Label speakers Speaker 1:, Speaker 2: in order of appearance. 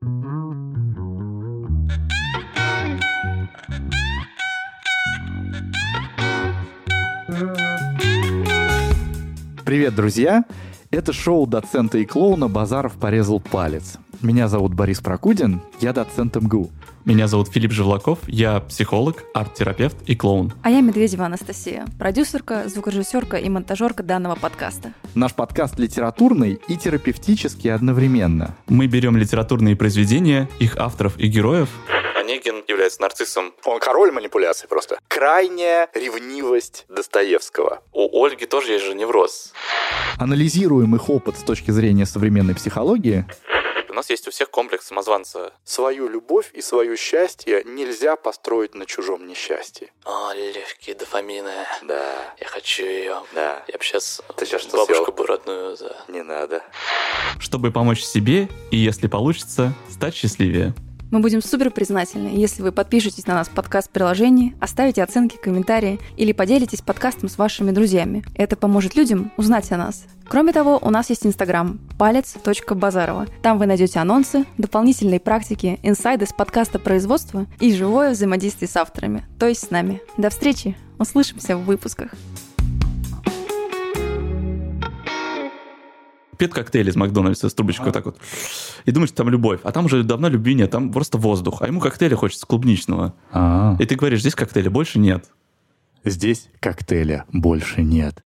Speaker 1: Привет, друзья! Это шоу доцента и клоуна «Базаров порезал палец». Меня зовут Борис Прокудин, я доцент МГУ.
Speaker 2: Меня зовут Филипп Живлаков, я психолог, арт-терапевт и клоун.
Speaker 3: А я Медведева Анастасия, продюсерка, звукорежиссерка и монтажерка данного подкаста.
Speaker 1: Наш подкаст литературный и терапевтический одновременно.
Speaker 2: Мы берем литературные произведения, их авторов и героев.
Speaker 4: Онегин является нарциссом.
Speaker 1: Он король манипуляций просто. Крайняя ревнивость Достоевского.
Speaker 4: У Ольги тоже есть же невроз.
Speaker 1: Анализируем их опыт с точки зрения современной психологии.
Speaker 4: У нас есть у всех комплекс самозванца.
Speaker 1: Свою любовь и свое счастье нельзя построить на чужом несчастье.
Speaker 4: О, легкие дофамины.
Speaker 1: Да.
Speaker 4: Я хочу ее.
Speaker 1: Да.
Speaker 4: Я бы сейчас
Speaker 1: Ты сейчас что
Speaker 4: бабушку
Speaker 1: сделал?
Speaker 4: бы родную
Speaker 1: Не надо.
Speaker 2: Чтобы помочь себе и, если получится, стать счастливее.
Speaker 3: Мы будем супер признательны, если вы подпишетесь на нас в подкаст-приложении, оставите оценки, комментарии или поделитесь подкастом с вашими друзьями. Это поможет людям узнать о нас. Кроме того, у нас есть Инстаграм palец.базарова. Там вы найдете анонсы, дополнительные практики, инсайды с подкаста производства и живое взаимодействие с авторами, то есть с нами. До встречи! Услышимся в выпусках.
Speaker 2: Пьет коктейль из Макдональдса с трубочкой вот так вот. И думаешь, что там любовь. А там уже давно любви нет, там просто воздух. А ему коктейля хочется клубничного. И ты говоришь, здесь коктейля больше нет.
Speaker 1: Здесь коктейля больше нет.